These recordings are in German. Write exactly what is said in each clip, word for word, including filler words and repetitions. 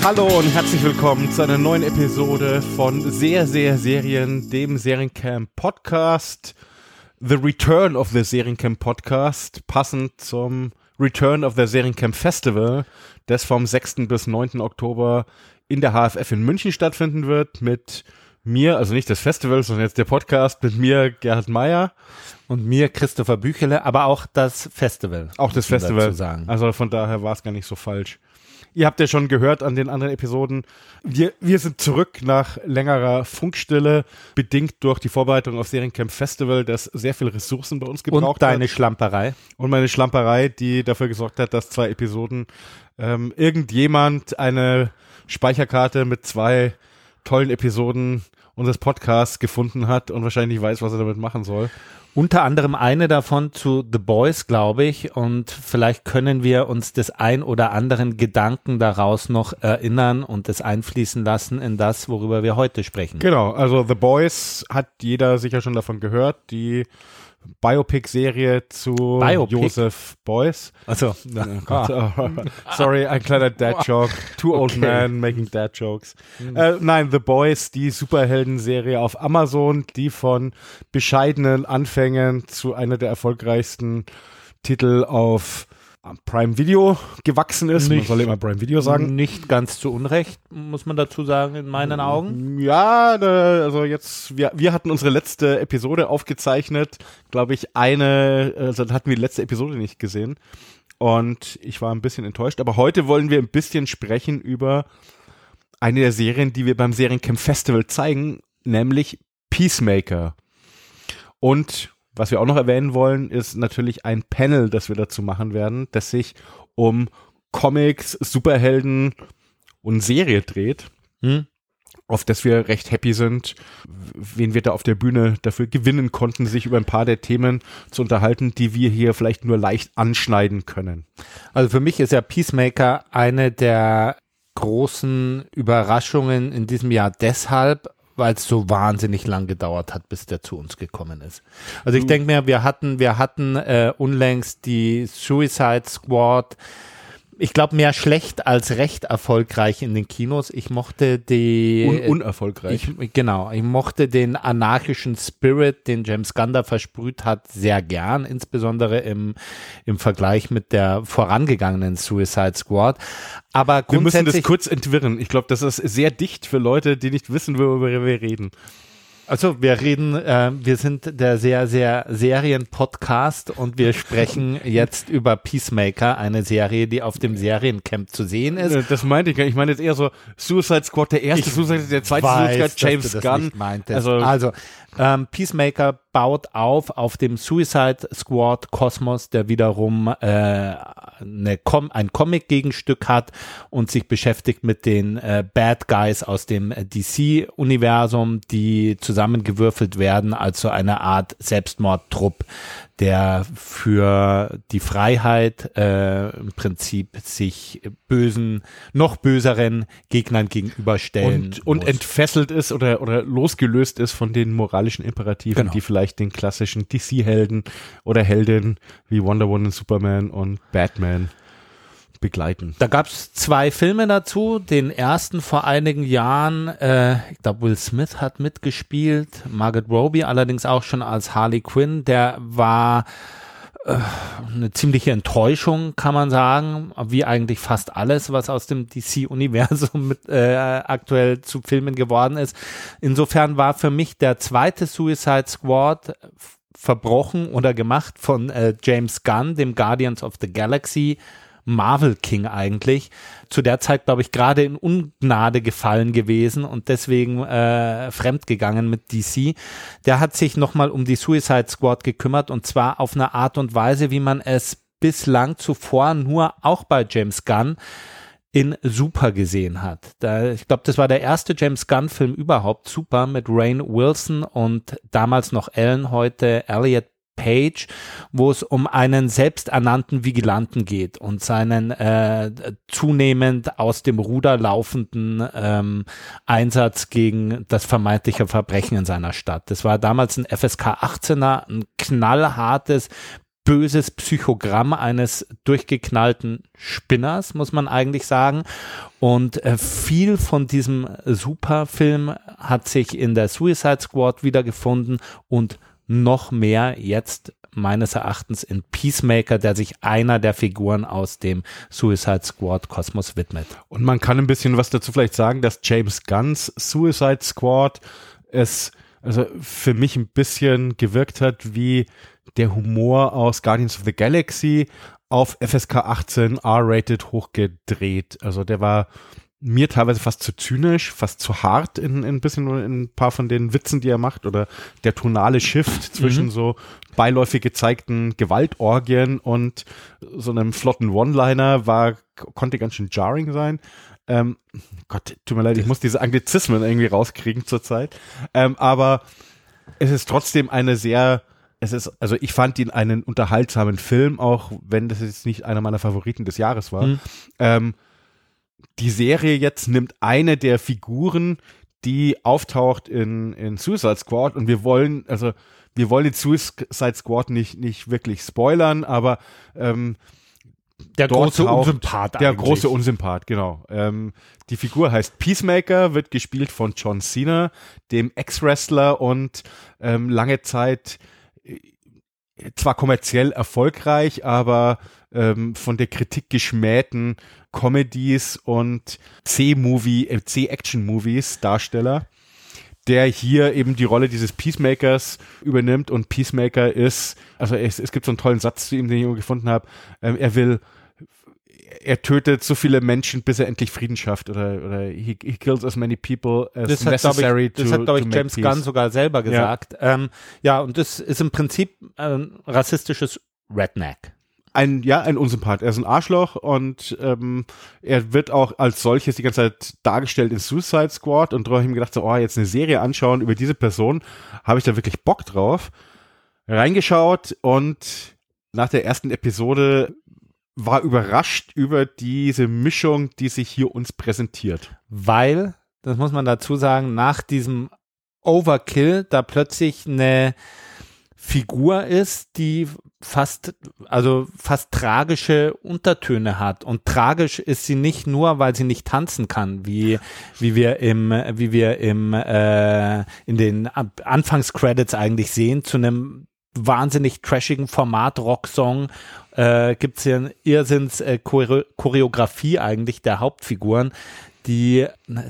Hallo und herzlich willkommen zu einer neuen Episode von Sehr, Sehr Serien, dem Seriencamp Podcast. The Return of the Seriencamp Podcast, passend zum Return of the Seriencamp Festival, das vom sechsten bis neunten Oktober in der H F F in München stattfinden wird, mit mir, also nicht das Festival, sondern jetzt der Podcast, mit mir Gerhard Meyer. Und mir Christopher Büchele, aber auch das Festival. Auch das Festival, sagen. Also von daher war es gar nicht so falsch. Ihr habt ja schon gehört an den anderen Episoden, wir, wir sind zurück nach längerer Funkstille, bedingt durch die Vorbereitung auf Seriencamp Festival, das sehr viele Ressourcen bei uns gebraucht hat. Und deine hat. Schlamperei. Und meine Schlamperei, die dafür gesorgt hat, dass zwei Episoden ähm, irgendjemand eine Speicherkarte mit zwei tollen Episoden unseres Podcasts gefunden hat und wahrscheinlich weiß, was er damit machen soll. Unter anderem eine davon zu The Boys, glaube ich, und vielleicht können wir uns des ein oder anderen Gedanken daraus noch erinnern und es einfließen lassen in das, worüber wir heute sprechen. Genau, also The Boys hat jeder sicher schon davon gehört, die Biopic-Serie zu Biopic? Joseph Beuys. Achso. Ah. Sorry, ein kleiner Dad-Joke. Two old okay. men making Dad-Jokes. Mhm. Äh, nein, The Boys, die Superhelden-Serie auf Amazon, die von bescheidenen Anfängen zu einer der erfolgreichsten Titel auf Prime Video gewachsen ist. Nicht, man soll immer Prime Video sagen. Nicht ganz zu Unrecht, muss man dazu sagen, in meinen Augen. Ja, da, also jetzt, wir, wir hatten unsere letzte Episode aufgezeichnet, glaube ich, eine, also hatten wir die letzte Episode nicht gesehen und ich war ein bisschen enttäuscht, aber heute wollen wir ein bisschen sprechen über eine der Serien, die wir beim Seriencamp Festival zeigen, nämlich Peacemaker. Und was wir auch noch erwähnen wollen, ist natürlich ein Panel, das wir dazu machen werden, das sich um Comics, Superhelden und Serie dreht, hm. auf das wir recht happy sind, wen wir da auf der Bühne dafür gewinnen konnten, sich über ein paar der Themen zu unterhalten, die wir hier vielleicht nur leicht anschneiden können. Also für mich ist ja Peacemaker eine der großen Überraschungen in diesem Jahr deshalb, weil es so wahnsinnig lang gedauert hat, bis der zu uns gekommen ist. Also ich denke mir, wir hatten, wir hatten äh, unlängst die Suicide Squad, ich glaube mehr schlecht als recht erfolgreich in den Kinos. Ich mochte die... Un unerfolgreich. Ich, genau, ich mochte den anarchischen Spirit, den James Gunn da versprüht hat, sehr gern, insbesondere im, im Vergleich mit der vorangegangenen Suicide Squad. Aber wir müssen das kurz entwirren. Ich glaube, das ist sehr dicht für Leute, die nicht wissen, worüber wir reden. Also wir reden, äh, wir sind der sehr, sehr Serien-Podcast und wir sprechen jetzt über Peacemaker, eine Serie, die auf dem Seriencamp zu sehen ist. Das meinte ich gar nicht. Ich meine jetzt eher so Suicide Squad, der erste ich Suicide, der zweite weiß, Suicide, James dass du das Gunn. Nicht meintest. Also, also ähm, Peacemaker baut auf auf dem Suicide Squad Kosmos, der wiederum äh, eine Com- ein Comic-Gegenstück hat und sich beschäftigt mit den äh, Bad Guys aus dem D C-Universum, die zusammengewürfelt werden als so eine Art Selbstmordtrupp, der für die Freiheit äh, im Prinzip sich bösen, noch böseren Gegnern gegenüberstellen und, und entfesselt ist oder, oder losgelöst ist von den moralischen Imperativen, genau. die vielleicht den klassischen D C-Helden oder Heldinnen wie Wonder Woman, Superman und Batman begleiten. Da gab es zwei Filme dazu. Den ersten vor einigen Jahren, äh, ich glaube Will Smith hat mitgespielt, Margot Robbie allerdings auch schon als Harley Quinn. Der war äh, eine ziemliche Enttäuschung, kann man sagen, wie eigentlich fast alles, was aus dem D C-Universum mit, äh, aktuell zu Filmen geworden ist. Insofern war für mich der zweite Suicide Squad verbrochen oder gemacht von äh, James Gunn, dem Guardians of the Galaxy Marvel King eigentlich, zu der Zeit, glaube ich, gerade in Ungnade gefallen gewesen und deswegen äh, fremdgegangen mit D C. Der hat sich nochmal um die Suicide Squad gekümmert und zwar auf eine Art und Weise, wie man es bislang zuvor nur auch bei James Gunn in Super gesehen hat. Da, ich glaube, das war der erste James Gunn-Film überhaupt, Super, mit Rainn Wilson und damals noch Ellen, heute Elliot Page, wo es um einen selbsternannten Vigilanten geht und seinen äh, zunehmend aus dem Ruder laufenden ähm, Einsatz gegen das vermeintliche Verbrechen in seiner Stadt. Das war damals ein F S K achtzehner, ein knallhartes böses Psychogramm eines durchgeknallten Spinners, muss man eigentlich sagen. Und äh, viel von diesem Superfilm hat sich in der Suicide Squad wiedergefunden und noch mehr jetzt meines Erachtens in Peacemaker, der sich einer der Figuren aus dem Suicide Squad Kosmos widmet. Und man kann ein bisschen was dazu vielleicht sagen, dass James Gunns Suicide Squad es also für mich ein bisschen gewirkt hat wie der Humor aus Guardians of the Galaxy auf F S K achtzehn R-rated hochgedreht. Also der war mir teilweise fast zu zynisch, fast zu hart in, in ein bisschen in ein paar von den Witzen, die er macht, oder der tonale Shift zwischen mhm. so beiläufig gezeigten Gewaltorgien und so einem flotten One-Liner war, konnte ganz schön jarring sein. Ähm, Gott, tut mir leid, ich muss diese Anglizismen irgendwie rauskriegen zurzeit. Ähm, aber es ist trotzdem eine sehr, es ist, also ich fand ihn einen unterhaltsamen Film, auch wenn das jetzt nicht einer meiner Favoriten des Jahres war. Mhm. Ähm, die Serie jetzt nimmt eine der Figuren, die auftaucht in, in Suicide Squad, und wir wollen, also wir wollen den Suicide Squad nicht, nicht wirklich spoilern, aber ähm, der große Unsympath Der eigentlich. große Unsympath, genau. Ähm, die Figur heißt Peacemaker, wird gespielt von John Cena, dem Ex-Wrestler und ähm, lange Zeit äh, zwar kommerziell erfolgreich, aber ähm, von der Kritik geschmähten Comedies und C-Movie, äh, C-Action-Movies Darsteller, der hier eben die Rolle dieses Peacemakers übernimmt. Und Peacemaker ist, also es, es gibt so einen tollen Satz zu ihm, den ich immer gefunden habe, ähm, er will, er tötet so viele Menschen, bis er endlich Frieden schafft, oder, oder he, he kills as many people as das necessary hat, to, Das hat, glaube ich, to James peace. Gunn sogar selber gesagt. Ja. Ähm, ja, und das ist im Prinzip ein rassistisches Redneck. Ein, ja, ein Unsympath. Er ist ein Arschloch, und ähm, er wird auch als solches die ganze Zeit dargestellt in Suicide Squad, und da habe ich mir gedacht, so, oh, jetzt eine Serie anschauen über diese Person, habe ich da wirklich Bock drauf. Reingeschaut, und nach der ersten Episode war überrascht über diese Mischung, die sich hier uns präsentiert. Weil, das muss man dazu sagen, nach diesem Overkill da plötzlich eine Figur ist, die fast, also fast tragische Untertöne hat. Und tragisch ist sie nicht nur, weil sie nicht tanzen kann, wie, wie wir im, wie wir im, äh, in den Anfangscredits eigentlich sehen, zu einem wahnsinnig trashigen Format-Rock-Song äh, gibt es hier eine Irrsinns äh, Chore- Choreografie eigentlich der Hauptfiguren, die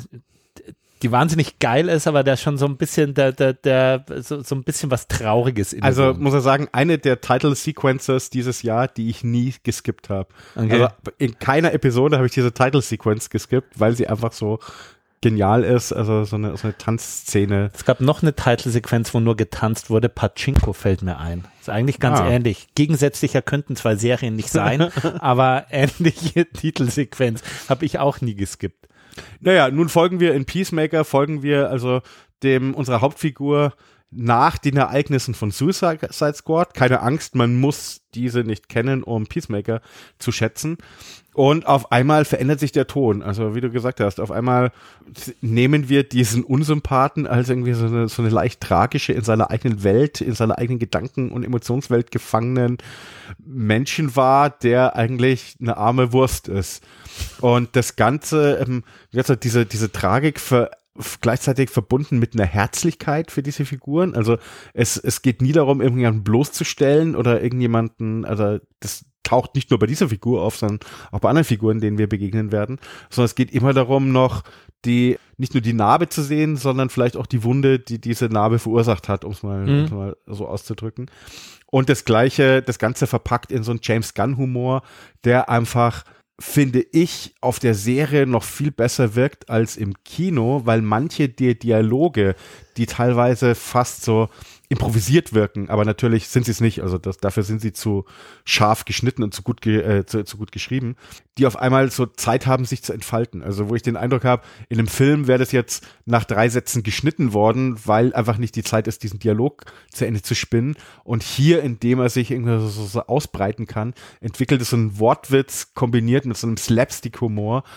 die wahnsinnig geil ist, aber der schon so ein bisschen der, der, der, so, so ein bisschen was Trauriges in Also so. muss er sagen, eine der Title Sequences dieses Jahr, die ich nie geskippt habe. Okay. Also in keiner Episode habe ich diese Title Sequence geskippt, weil sie einfach so genial ist, also so eine, so eine Tanzszene. Es gab noch eine Titelsequenz, wo nur getanzt wurde. Pachinko fällt mir ein. Ist eigentlich ganz ah. ähnlich. Gegensätzlicher könnten zwei Serien nicht sein, aber ähnliche Titelsequenz habe ich auch nie geskippt. Naja, nun folgen wir in Peacemaker, folgen wir also dem unserer Hauptfigur nach den Ereignissen von Suicide Squad. Keine Angst, man muss diese nicht kennen, um Peacemaker zu schätzen. Und auf einmal verändert sich der Ton. Also wie du gesagt hast, auf einmal nehmen wir diesen Unsympathen als irgendwie so eine, so eine leicht tragische, in seiner eigenen Welt, in seiner eigenen Gedanken- und Emotionswelt gefangenen Menschen wahr, der eigentlich eine arme Wurst ist. Und das Ganze, ähm, diese, diese Tragik ver gleichzeitig verbunden mit einer Herzlichkeit für diese Figuren. Also es, es geht nie darum, irgendjemanden bloßzustellen oder irgendjemanden, also das taucht nicht nur bei dieser Figur auf, sondern auch bei anderen Figuren, denen wir begegnen werden, sondern es geht immer darum, noch die, nicht nur die Narbe zu sehen, sondern vielleicht auch die Wunde, die diese Narbe verursacht hat, um es mal, mhm. um's mal so auszudrücken. Und das Gleiche, das Ganze verpackt in so einen James Gunn-Humor, der einfach, finde ich, auf der Serie noch viel besser wirkt als im Kino, weil manche der Dialoge, die teilweise fast so improvisiert wirken, aber natürlich sind sie es nicht, also das, dafür sind sie zu scharf geschnitten und zu gut, ge, äh, zu, zu gut geschrieben, die auf einmal so Zeit haben, sich zu entfalten. Also wo ich den Eindruck habe, in einem Film wäre das jetzt nach drei Sätzen geschnitten worden, weil einfach nicht die Zeit ist, diesen Dialog zu Ende zu spinnen. Und hier, indem er sich irgendwie so, so, so ausbreiten kann, entwickelt es so einen Wortwitz kombiniert mit so einem Slapstick-Humor,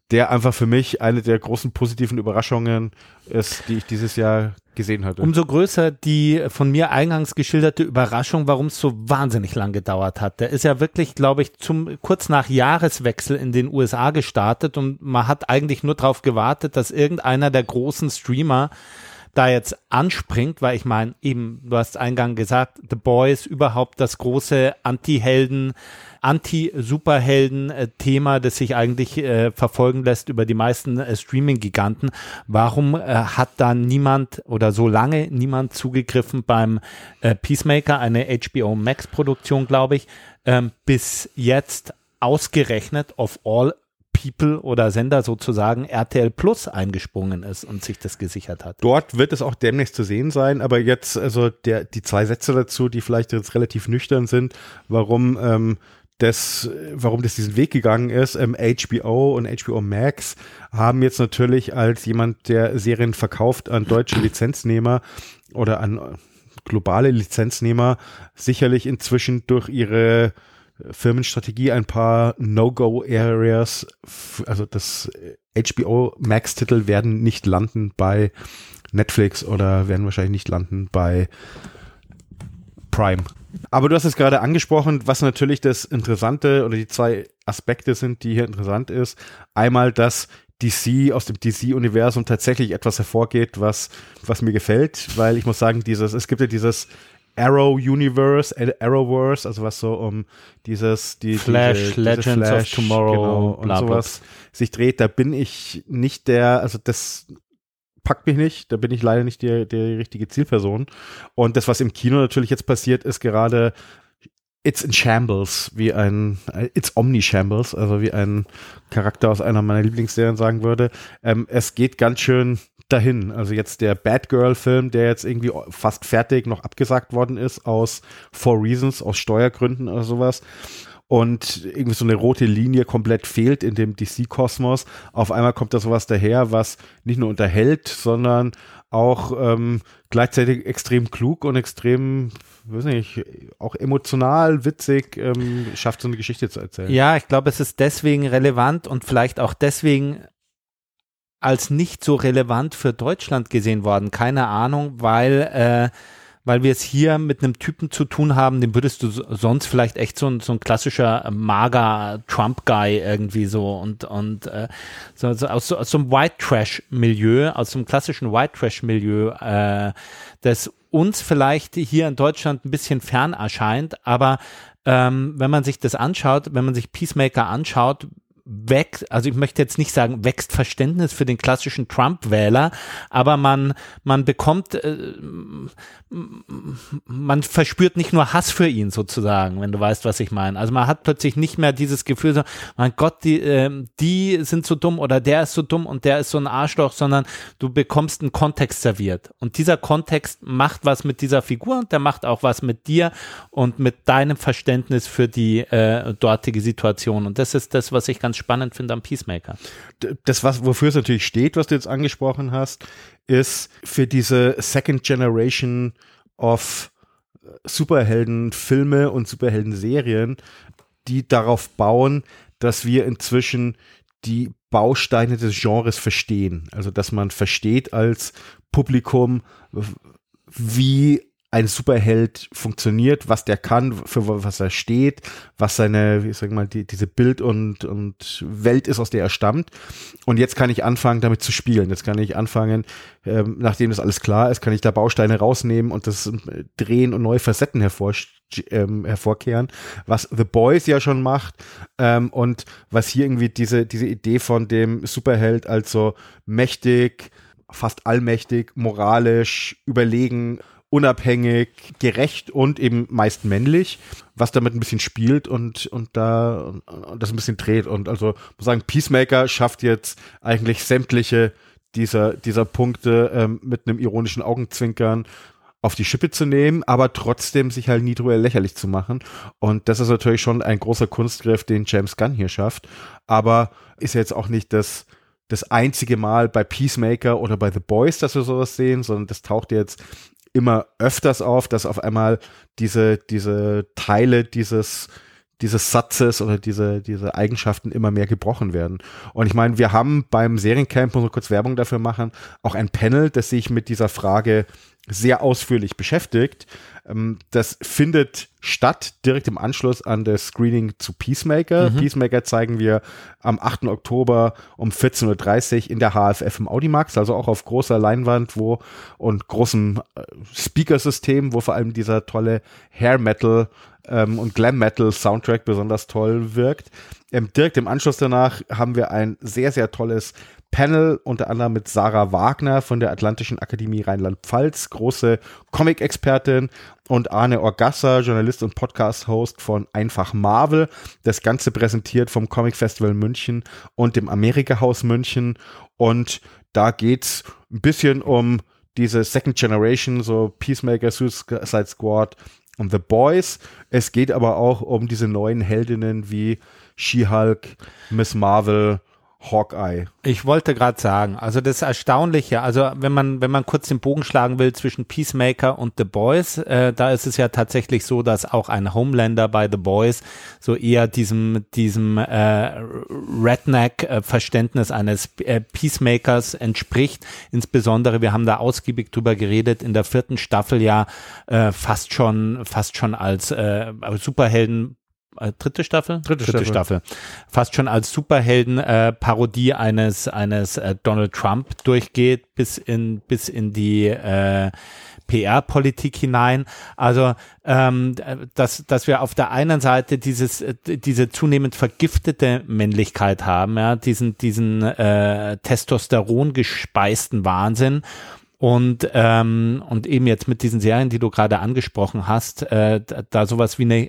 der einfach für mich eine der großen positiven Überraschungen ist, die ich dieses Jahr gesehen hatte. Umso größer die von mir eingangs geschilderte Überraschung, warum es so wahnsinnig lang gedauert hat. Der ist ja wirklich, glaube ich, zum kurz nach Jahreswechsel in den U S A gestartet und man hat eigentlich nur darauf gewartet, dass irgendeiner der großen Streamer da jetzt anspringt, weil ich meine, eben, du hast eingangs gesagt, The Boys, überhaupt das große Anti-Helden, Anti-Superhelden-Thema, das sich eigentlich äh, verfolgen lässt über die meisten äh, Streaming-Giganten. Warum äh, hat da niemand oder so lange niemand zugegriffen beim äh, Peacemaker, eine H B O Max-Produktion, glaube ich, ähm, bis jetzt ausgerechnet of all People oder Sender sozusagen R T L Plus eingesprungen ist und sich das gesichert hat. Dort wird es auch demnächst zu sehen sein, aber jetzt, also der, die zwei Sätze dazu, die vielleicht jetzt relativ nüchtern sind, warum ähm, das, warum das diesen Weg gegangen ist. Ähm, H B O und H B O Max haben jetzt natürlich als jemand, der Serien verkauft an deutsche Lizenznehmer oder an globale Lizenznehmer, sicherlich inzwischen durch ihre Firmenstrategie ein paar No-Go-Areas, also das H B O Max-Titel werden nicht landen bei Netflix oder werden wahrscheinlich nicht landen bei Prime. Aber du hast es gerade angesprochen, was natürlich das Interessante oder die zwei Aspekte sind, die hier interessant ist. Einmal, dass D C aus dem D C-Universum tatsächlich etwas hervorgeht, was, was mir gefällt, weil ich muss sagen, dieses, es gibt ja dieses Arrow-Universe, Arrowverse, also was so um dieses, die Flash, diese, diese Legends Flash, of Tomorrow, genau, und bla, bla. sowas sich dreht, da bin ich nicht der, also das packt mich nicht, da bin ich leider nicht die, die richtige Zielperson. Und das, was im Kino natürlich jetzt passiert, ist gerade It's in Shambles, wie ein, It's Omni-Shambles, also wie ein Charakter aus einer meiner Lieblingsserien sagen würde. Ähm, es geht ganz schön dahin. Also jetzt der Batgirl-Film, der jetzt irgendwie fast fertig noch abgesagt worden ist aus Four Reasons, aus Steuergründen oder sowas. Und irgendwie so eine rote Linie komplett fehlt in dem D C-Kosmos. Auf einmal kommt da sowas daher, was nicht nur unterhält, sondern auch ähm, gleichzeitig extrem klug und extrem, weiß nicht, auch emotional, witzig, ähm, schafft so eine Geschichte zu erzählen. Ja, ich glaube, es ist deswegen relevant und vielleicht auch deswegen als nicht so relevant für Deutschland gesehen worden. Keine Ahnung, weil äh, weil wir es hier mit einem Typen zu tun haben, den würdest du sonst vielleicht echt so ein, so ein klassischer mager Trump-Guy irgendwie so und, und äh, so, so aus, so, aus so einem White-Trash-Milieu, aus so einem klassischen White-Trash-Milieu, äh, das uns vielleicht hier in Deutschland ein bisschen fern erscheint, aber ähm, wenn man sich das anschaut, wenn man sich Peacemaker anschaut, wächst, also ich möchte jetzt nicht sagen, wächst Verständnis für den klassischen Trump-Wähler, aber man, man bekommt, äh, man verspürt nicht nur Hass für ihn sozusagen, wenn du weißt, was ich meine. Also man hat plötzlich nicht mehr dieses Gefühl, so, mein Gott, die, äh, die sind so dumm oder der ist so dumm und der ist so ein Arschloch, sondern du bekommst einen Kontext serviert. Und dieser Kontext macht was mit dieser Figur und der macht auch was mit dir und mit deinem Verständnis für die äh, dortige Situation. Und das ist das, was ich ganz spannend finde am Peacemaker. Das, was, wofür es natürlich steht, was du jetzt angesprochen hast, ist für diese Second Generation of Superheldenfilme und Superhelden-Serien, die darauf bauen, dass wir inzwischen die Bausteine des Genres verstehen. Also, dass man versteht als Publikum, wie ein Superheld funktioniert, was der kann, für was er steht, was seine, ich sag mal, die, diese Bild- und, und Welt ist, aus der er stammt. Und jetzt kann ich anfangen, damit zu spielen. Jetzt kann ich anfangen, ähm, nachdem das alles klar ist, kann ich da Bausteine rausnehmen und das äh, drehen und neue Facetten hervor, ähm, hervorkehren, was The Boys ja schon macht, ähm, und was hier irgendwie diese, diese Idee von dem Superheld als so mächtig, fast allmächtig, moralisch, überlegen, unabhängig, gerecht und eben meist männlich, was damit ein bisschen spielt und, und da und das ein bisschen dreht. Und also muss sagen, Peacemaker schafft jetzt eigentlich sämtliche dieser, dieser Punkte ähm, mit einem ironischen Augenzwinkern auf die Schippe zu nehmen, aber trotzdem sich halt nie drüber lächerlich zu machen. Und das ist natürlich schon ein großer Kunstgriff, den James Gunn hier schafft. Aber ist ja jetzt auch nicht das das einzige Mal bei Peacemaker oder bei The Boys, dass wir sowas sehen, sondern das taucht jetzt immer öfters auf, dass auf einmal diese, diese Teile dieses, dieses Satzes oder diese, diese Eigenschaften immer mehr gebrochen werden. Und ich meine, wir haben beim Seriencamp, muss man kurz Werbung dafür machen, auch ein Panel, das sich mit dieser Frage sehr ausführlich beschäftigt. Das findet statt direkt im Anschluss an das Screening zu Peacemaker. Mhm. Peacemaker zeigen wir am achten Oktober um vierzehn Uhr dreißig in der H F F im Audimax, also auch auf großer Leinwand wo und großem äh, Speakersystem, wo vor allem dieser tolle Hair Metal ähm, und Glam Metal Soundtrack besonders toll wirkt. Ähm, direkt im Anschluss danach haben wir ein sehr, sehr tolles Panel, unter anderem mit Sarah Wagner von der Atlantischen Akademie Rheinland-Pfalz, große Comic-Expertin, und Arne Orgassa, Journalist und Podcast-Host von Einfach Marvel. Das Ganze präsentiert vom Comic Festival München und dem Amerika-Haus München. Und da geht's ein bisschen um diese Second Generation, so Peacemaker, Suicide Squad und The Boys. Es geht aber auch um diese neuen Heldinnen wie She-Hulk, Miss Marvel, Hawkeye. Ich wollte gerade sagen, also das Erstaunliche, also wenn man wenn man kurz den Bogen schlagen will zwischen Peacemaker und The Boys, äh, da ist es ja tatsächlich so, dass auch ein Homelander bei The Boys so eher diesem diesem äh, Redneck-Verständnis eines äh, Peacemakers entspricht. Insbesondere, wir haben da ausgiebig drüber geredet, in der vierten Staffel ja äh, fast schon fast schon als äh, Superhelden Dritte Staffel? Dritte, Dritte Staffel. Staffel. Fast schon als Superhelden-Parodie äh, eines eines äh, Donald Trump durchgeht bis in bis in die äh, P R-Politik hinein. Also ähm, dass dass wir auf der einen Seite dieses diese zunehmend vergiftete Männlichkeit haben, ja, diesen diesen äh, Testosteron gespeisten Wahnsinn. Und ähm, und eben jetzt mit diesen Serien, die du gerade angesprochen hast, äh, da sowas wie eine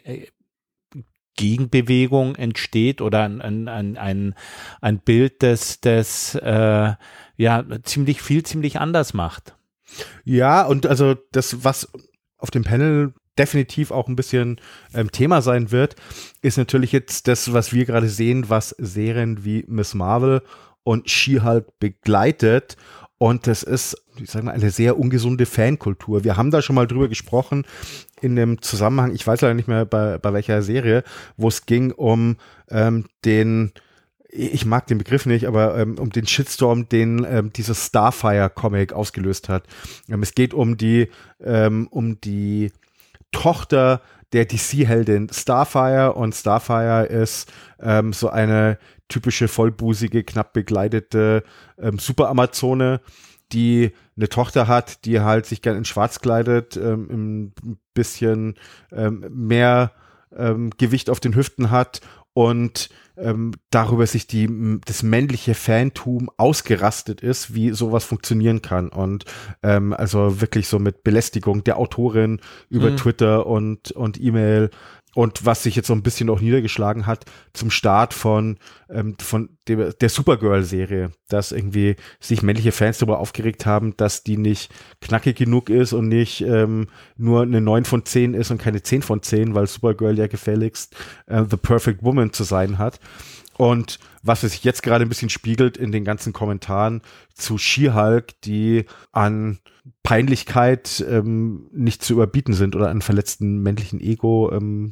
Gegenbewegung entsteht oder ein, ein, ein, ein Bild, das, das äh, ja ziemlich viel, ziemlich anders macht. Ja, und also das, was auf dem Panel definitiv auch ein bisschen ähm, Thema sein wird, ist natürlich jetzt das, was wir gerade sehen, was Serien wie Miss Marvel und She-Hulk begleitet. Und das ist, ich sage mal, eine sehr ungesunde Fankultur. Wir haben da schon mal drüber gesprochen in dem Zusammenhang, ich weiß leider nicht mehr bei, bei welcher Serie, wo es ging um ähm, den, ich mag den Begriff nicht, aber ähm, um den Shitstorm, den ähm, dieses Starfire-Comic ausgelöst hat. Ähm, es geht um die, ähm, um die Tochter der D C-Heldin Starfire, und Starfire ist ähm, so eine typische vollbusige, knapp bekleidete ähm, Super-Amazone, die eine Tochter hat, die halt sich gern in Schwarz kleidet, ähm, ein bisschen ähm, mehr ähm, Gewicht auf den Hüften hat und ähm, darüber sich die das männliche Fantum ausgerastet ist, wie sowas funktionieren kann. Und ähm, also wirklich so mit Belästigung der Autorin über mhm. Twitter und und E-Mail. Und was sich jetzt so ein bisschen auch niedergeschlagen hat zum Start von ähm, von der, der Supergirl-Serie, dass irgendwie sich männliche Fans darüber aufgeregt haben, dass die nicht knackig genug ist und nicht ähm, nur eine neun von zehn ist und keine zehn von zehn, weil Supergirl ja gefälligst äh, The Perfect Woman zu sein hat. Und was sich jetzt gerade ein bisschen spiegelt in den ganzen Kommentaren zu She-Hulk, die an Peinlichkeit ähm, nicht zu überbieten sind oder an verletzten männlichen Ego ähm,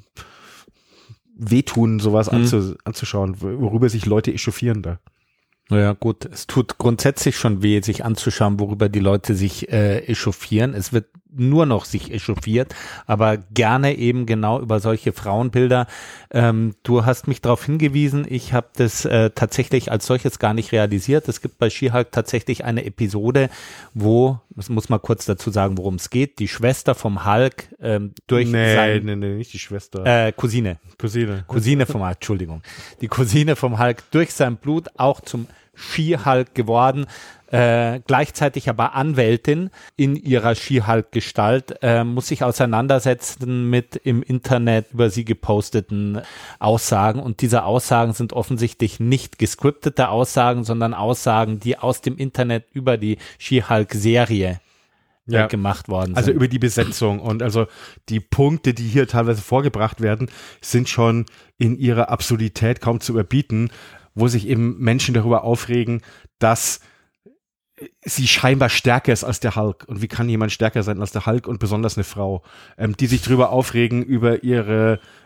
wehtun, sowas mhm. anzu, anzuschauen, worüber sich Leute echauffieren da. Naja, gut, es tut grundsätzlich schon weh, sich anzuschauen, worüber die Leute sich äh, echauffieren. Es wird nur noch sich echauffiert, aber gerne eben genau über solche Frauenbilder. Ähm, du hast mich darauf hingewiesen, ich habe das äh, tatsächlich als solches gar nicht realisiert. Es gibt bei She-Hulk tatsächlich eine Episode, wo, das muss man kurz dazu sagen, worum es geht, die Schwester vom Hulk ähm, durch nee, sein... Nee, nee, nicht die Schwester. Äh, Cousine. Cousine. Cousine vom Hulk, Entschuldigung. Die Cousine vom Hulk durch sein Blut auch zum She-Hulk geworden, äh, gleichzeitig aber Anwältin in ihrer She-Hulk-Gestalt, äh, muss sich auseinandersetzen mit im Internet über sie geposteten Aussagen, und diese Aussagen sind offensichtlich nicht gescriptete Aussagen, sondern Aussagen, die aus dem Internet über die She-Hulk-Serie ja. gemacht worden sind. Also über die Besetzung, und also die Punkte, die hier teilweise vorgebracht werden, sind schon in ihrer Absurdität kaum zu überbieten, wo sich eben Menschen darüber aufregen, dass sie scheinbar stärker ist als der Hulk. Und wie kann jemand stärker sein als der Hulk, und besonders eine Frau, ähm, die sich darüber aufregen, über ihre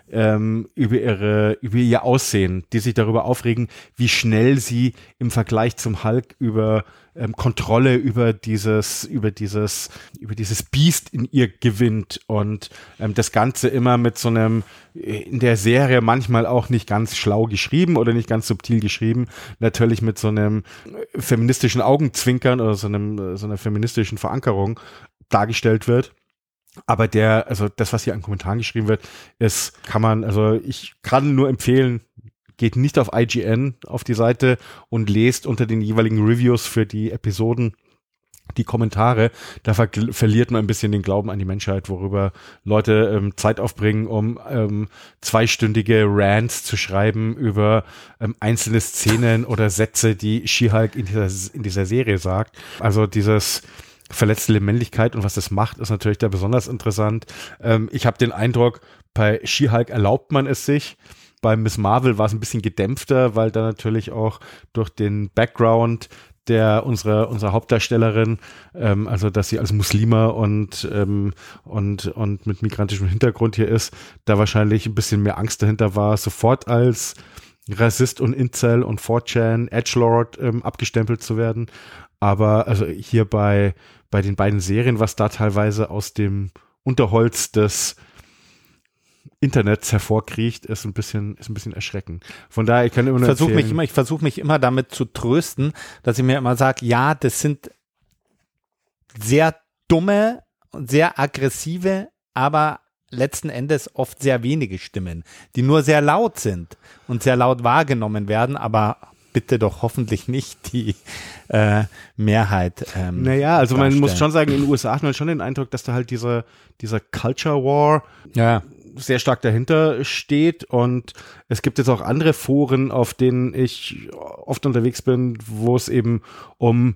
ähm, über ihre, über ihr Aussehen, die sich darüber aufregen, wie schnell sie im Vergleich zum Hulk über ähm, Kontrolle über dieses, über dieses, über dieses Biest in ihr gewinnt und ähm, das Ganze immer mit so einem, in der Serie manchmal auch nicht ganz schlau geschrieben oder nicht ganz subtil geschrieben, natürlich mit so einem feministischen Augenzwinkern oder so einem, so einer feministischen Verankerung dargestellt wird. Aber der, also das, was hier an Kommentaren geschrieben wird, ist, kann man, also ich kann nur empfehlen, geht nicht auf I G N auf die Seite und lest unter den jeweiligen Reviews für die Episoden die Kommentare. Da ver- verliert man ein bisschen den Glauben an die Menschheit, worüber Leute ähm, Zeit aufbringen, um ähm, zweistündige Rants zu schreiben über ähm, einzelne Szenen oder Sätze, die She-Hulk in dieser, in dieser Serie sagt. Also dieses verletzte Männlichkeit und was das macht, ist natürlich da besonders interessant. Ähm, ich habe den Eindruck, bei She-Hulk erlaubt man es sich. Bei Miss Marvel war es ein bisschen gedämpfter, weil da natürlich auch durch den Background der unserer unserer Hauptdarstellerin, ähm, also dass sie als Muslima und ähm, und und mit migrantischem Hintergrund hier ist, da wahrscheinlich ein bisschen mehr Angst dahinter war, sofort als Rassist und Incel und four chan Edgelord ähm, abgestempelt zu werden. Aber also hier bei bei den beiden Serien, was da teilweise aus dem Unterholz des Internets hervorkriecht, ist ein bisschen, ist ein bisschen erschreckend. Von daher, ich kann immer nur Ich versuche mich empfehlen- immer, ich versuche mich immer damit zu trösten, dass ich mir immer sage, ja, das sind sehr dumme und sehr aggressive, aber letzten Endes oft sehr wenige Stimmen, die nur sehr laut sind und sehr laut wahrgenommen werden, aber bitte doch hoffentlich nicht die äh, Mehrheit. Ähm, Naja, also man darstellen. muss schon sagen, in den U S A hat man schon den Eindruck, dass da halt dieser, dieser Culture War Ja. sehr stark dahinter steht und es gibt jetzt auch andere Foren, auf denen ich oft unterwegs bin, wo es eben um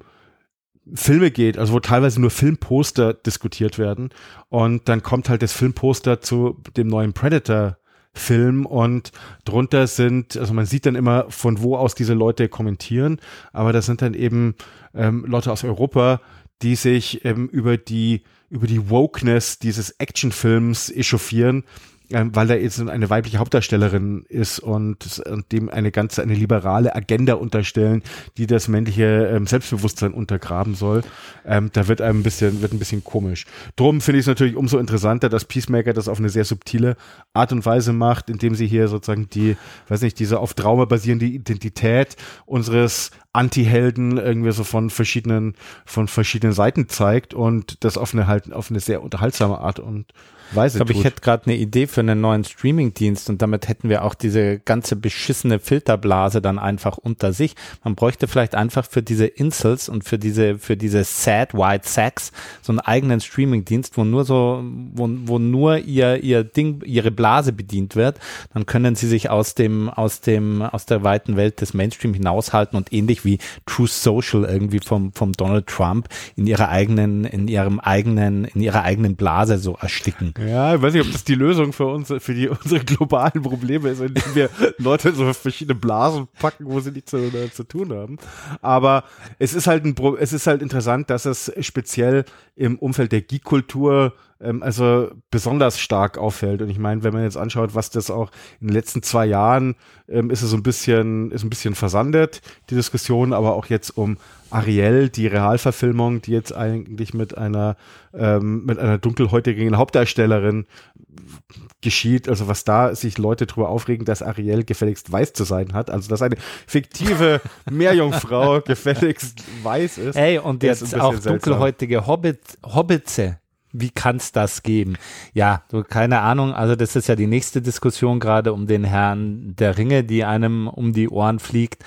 Filme geht, also wo teilweise nur Filmposter diskutiert werden und dann kommt halt das Filmposter zu dem neuen Predator Film und drunter sind, also man sieht dann immer, von wo aus diese Leute kommentieren, aber das sind dann eben ähm, Leute aus Europa, die sich ähm, über die über die Wokeness dieses Actionfilms echauffieren, ähm, weil da jetzt eine weibliche Hauptdarstellerin ist und, und dem eine ganze, eine liberale Agenda unterstellen, die das männliche ähm, Selbstbewusstsein untergraben soll. Ähm, da wird einem ein bisschen, wird ein bisschen komisch. Drum finde ich es natürlich umso interessanter, dass Peacemaker das auf eine sehr subtile Art und Weise macht, indem sie hier sozusagen die, weiß nicht, diese auf Trauma basierende Identität unseres Anti-Helden irgendwie so von verschiedenen, von verschiedenen Seiten zeigt und das auf eine halt, auf eine sehr unterhaltsame Art und Weise Ich glaube, tut. ich hätte gerade eine Idee für einen neuen Streaming-Dienst und damit hätten wir auch diese ganze beschissene Filterblase dann einfach unter sich. Man bräuchte vielleicht einfach für diese Incels und für diese, für diese sad white sacks so einen eigenen Streaming-Dienst, wo nur so, wo, wo nur ihr, ihr Ding, ihre Blase bedient wird. Dann können sie sich aus dem, aus dem, aus der weiten Welt des Mainstream hinaushalten und ähnlich wie True Social irgendwie vom, vom Donald Trump in ihrer eigenen, in ihrem eigenen, in ihrer eigenen Blase so ersticken. Ja, ich weiß nicht, ob das die Lösung für uns, für die, unsere globalen Probleme ist, indem wir Leute in so verschiedene Blasen packen, wo sie nichts zu, äh, zu tun haben. Aber es ist halt ein, Pro- es ist halt interessant, dass es speziell im Umfeld der Geek-Kultur ähm, also besonders stark auffällt. Und ich meine, wenn man jetzt anschaut, was das auch in den letzten zwei Jahren ähm, ist es so ein bisschen, ist ein bisschen versandet, die Diskussion, aber auch jetzt um Ariel, die Realverfilmung, die jetzt eigentlich mit einer ähm, mit einer dunkelhäutigen Hauptdarstellerin geschieht, also was da sich Leute drüber aufregen, dass Ariel gefälligst weiß zu sein hat, also dass eine fiktive Meerjungfrau gefälligst weiß ist. Ey, und ist jetzt ein auch bisschen seltsam. dunkelhäutige Hobbit, Hobbitze. Wie kann's das geben? Ja, so keine Ahnung. Also das ist ja die nächste Diskussion gerade um den Herrn der Ringe, die einem um die Ohren fliegt.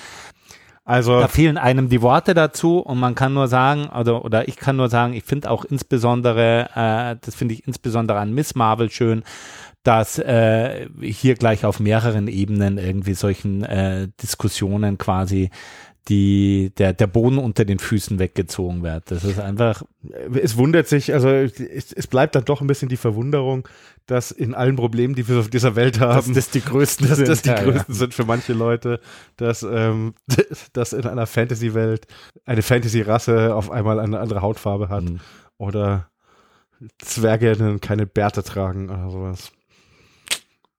Also Da fehlen einem die Worte dazu und man kann nur sagen, also, oder ich kann nur sagen, ich finde auch insbesondere, äh, das finde ich insbesondere an Miss Marvel schön, dass äh, hier gleich auf mehreren Ebenen irgendwie solchen äh, Diskussionen quasi die der der Boden unter den Füßen weggezogen wird. Das ist einfach. es wundert sich, also es, es bleibt dann doch ein bisschen die Verwunderung, dass in allen Problemen, die wir auf dieser Welt haben, Dass das die größten dass sind. das die Ja, größten sind für manche Leute, dass, ähm, dass in einer Fantasy-Welt eine Fantasy-Rasse auf einmal eine andere Hautfarbe hat Mhm. oder Zwerge keine Bärte tragen oder sowas.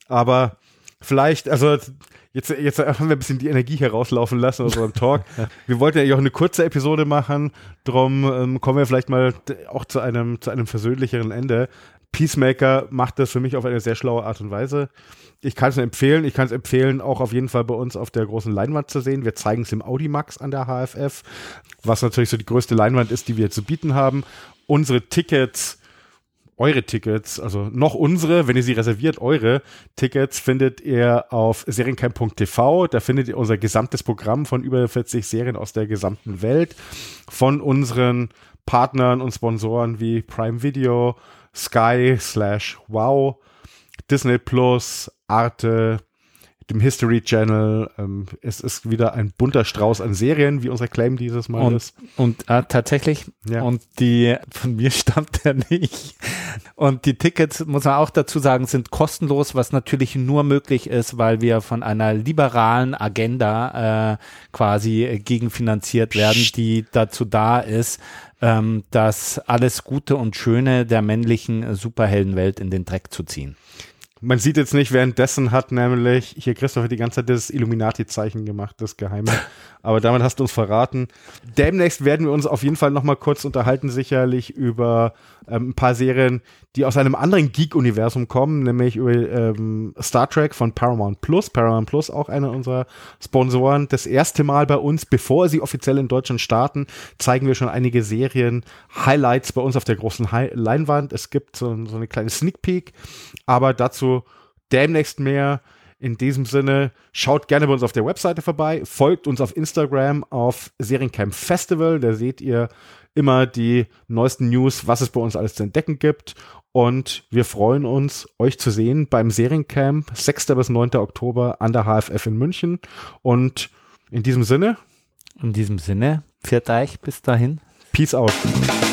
Aber vielleicht, also jetzt, jetzt haben wir ein bisschen die Energie hier rauslaufen lassen aus unserem Talk. Wir wollten ja auch eine kurze Episode machen, drum ähm, kommen wir vielleicht mal auch zu einem, zu einem versöhnlicheren Ende. Peacemaker macht das für mich auf eine sehr schlaue Art und Weise. Ich kann es nur empfehlen. Ich kann es empfehlen, auch auf jeden Fall bei uns auf der großen Leinwand zu sehen. Wir zeigen es im Audimax an der H F F, was natürlich so die größte Leinwand ist, die wir zu bieten haben. Unsere Tickets, eure Tickets, also noch unsere, wenn ihr sie reserviert, eure Tickets findet ihr auf seriencamp punkt t v. Da findet ihr unser gesamtes Programm von über vierzig Serien aus der gesamten Welt, von unseren Partnern und Sponsoren wie Prime Video, Sky slash Wow, Disney Plus, Arte, dem History Channel. Ähm, es ist wieder ein bunter Strauß an Serien, wie unser Claim dieses Mal und, ist. Und äh, tatsächlich, ja. und die, von mir stammt der nicht. Und die Tickets, muss man auch dazu sagen, sind kostenlos, was natürlich nur möglich ist, weil wir von einer liberalen Agenda äh, quasi gegenfinanziert werden, die dazu da ist, ähm, das alles Gute und Schöne der männlichen Superheldenwelt in den Dreck zu ziehen. Man sieht jetzt nicht, währenddessen hat nämlich hier Christopher die ganze Zeit das Illuminati-Zeichen gemacht, das Geheime. Aber damit hast du uns verraten. Demnächst werden wir uns auf jeden Fall nochmal kurz unterhalten, sicherlich über ähm, ein paar Serien, die aus einem anderen Geek-Universum kommen, nämlich über ähm, Star Trek von Paramount Plus. Paramount Plus, auch einer unserer Sponsoren. Das erste Mal bei uns, bevor sie offiziell in Deutschland starten, zeigen wir schon einige Serien-Highlights bei uns auf der großen Hi- Leinwand. Es gibt so, so eine kleine Sneak Peek, aber dazu demnächst mehr. In diesem Sinne, schaut gerne bei uns auf der Webseite vorbei, folgt uns auf Instagram auf Seriencamp Festival, da seht ihr immer die neuesten News, was es bei uns alles zu entdecken gibt, und wir freuen uns, euch zu sehen beim Seriencamp sechster bis neunter Oktober an der H F F in München, und in diesem Sinne, in diesem Sinne, pfiat euch, bis dahin. Peace out.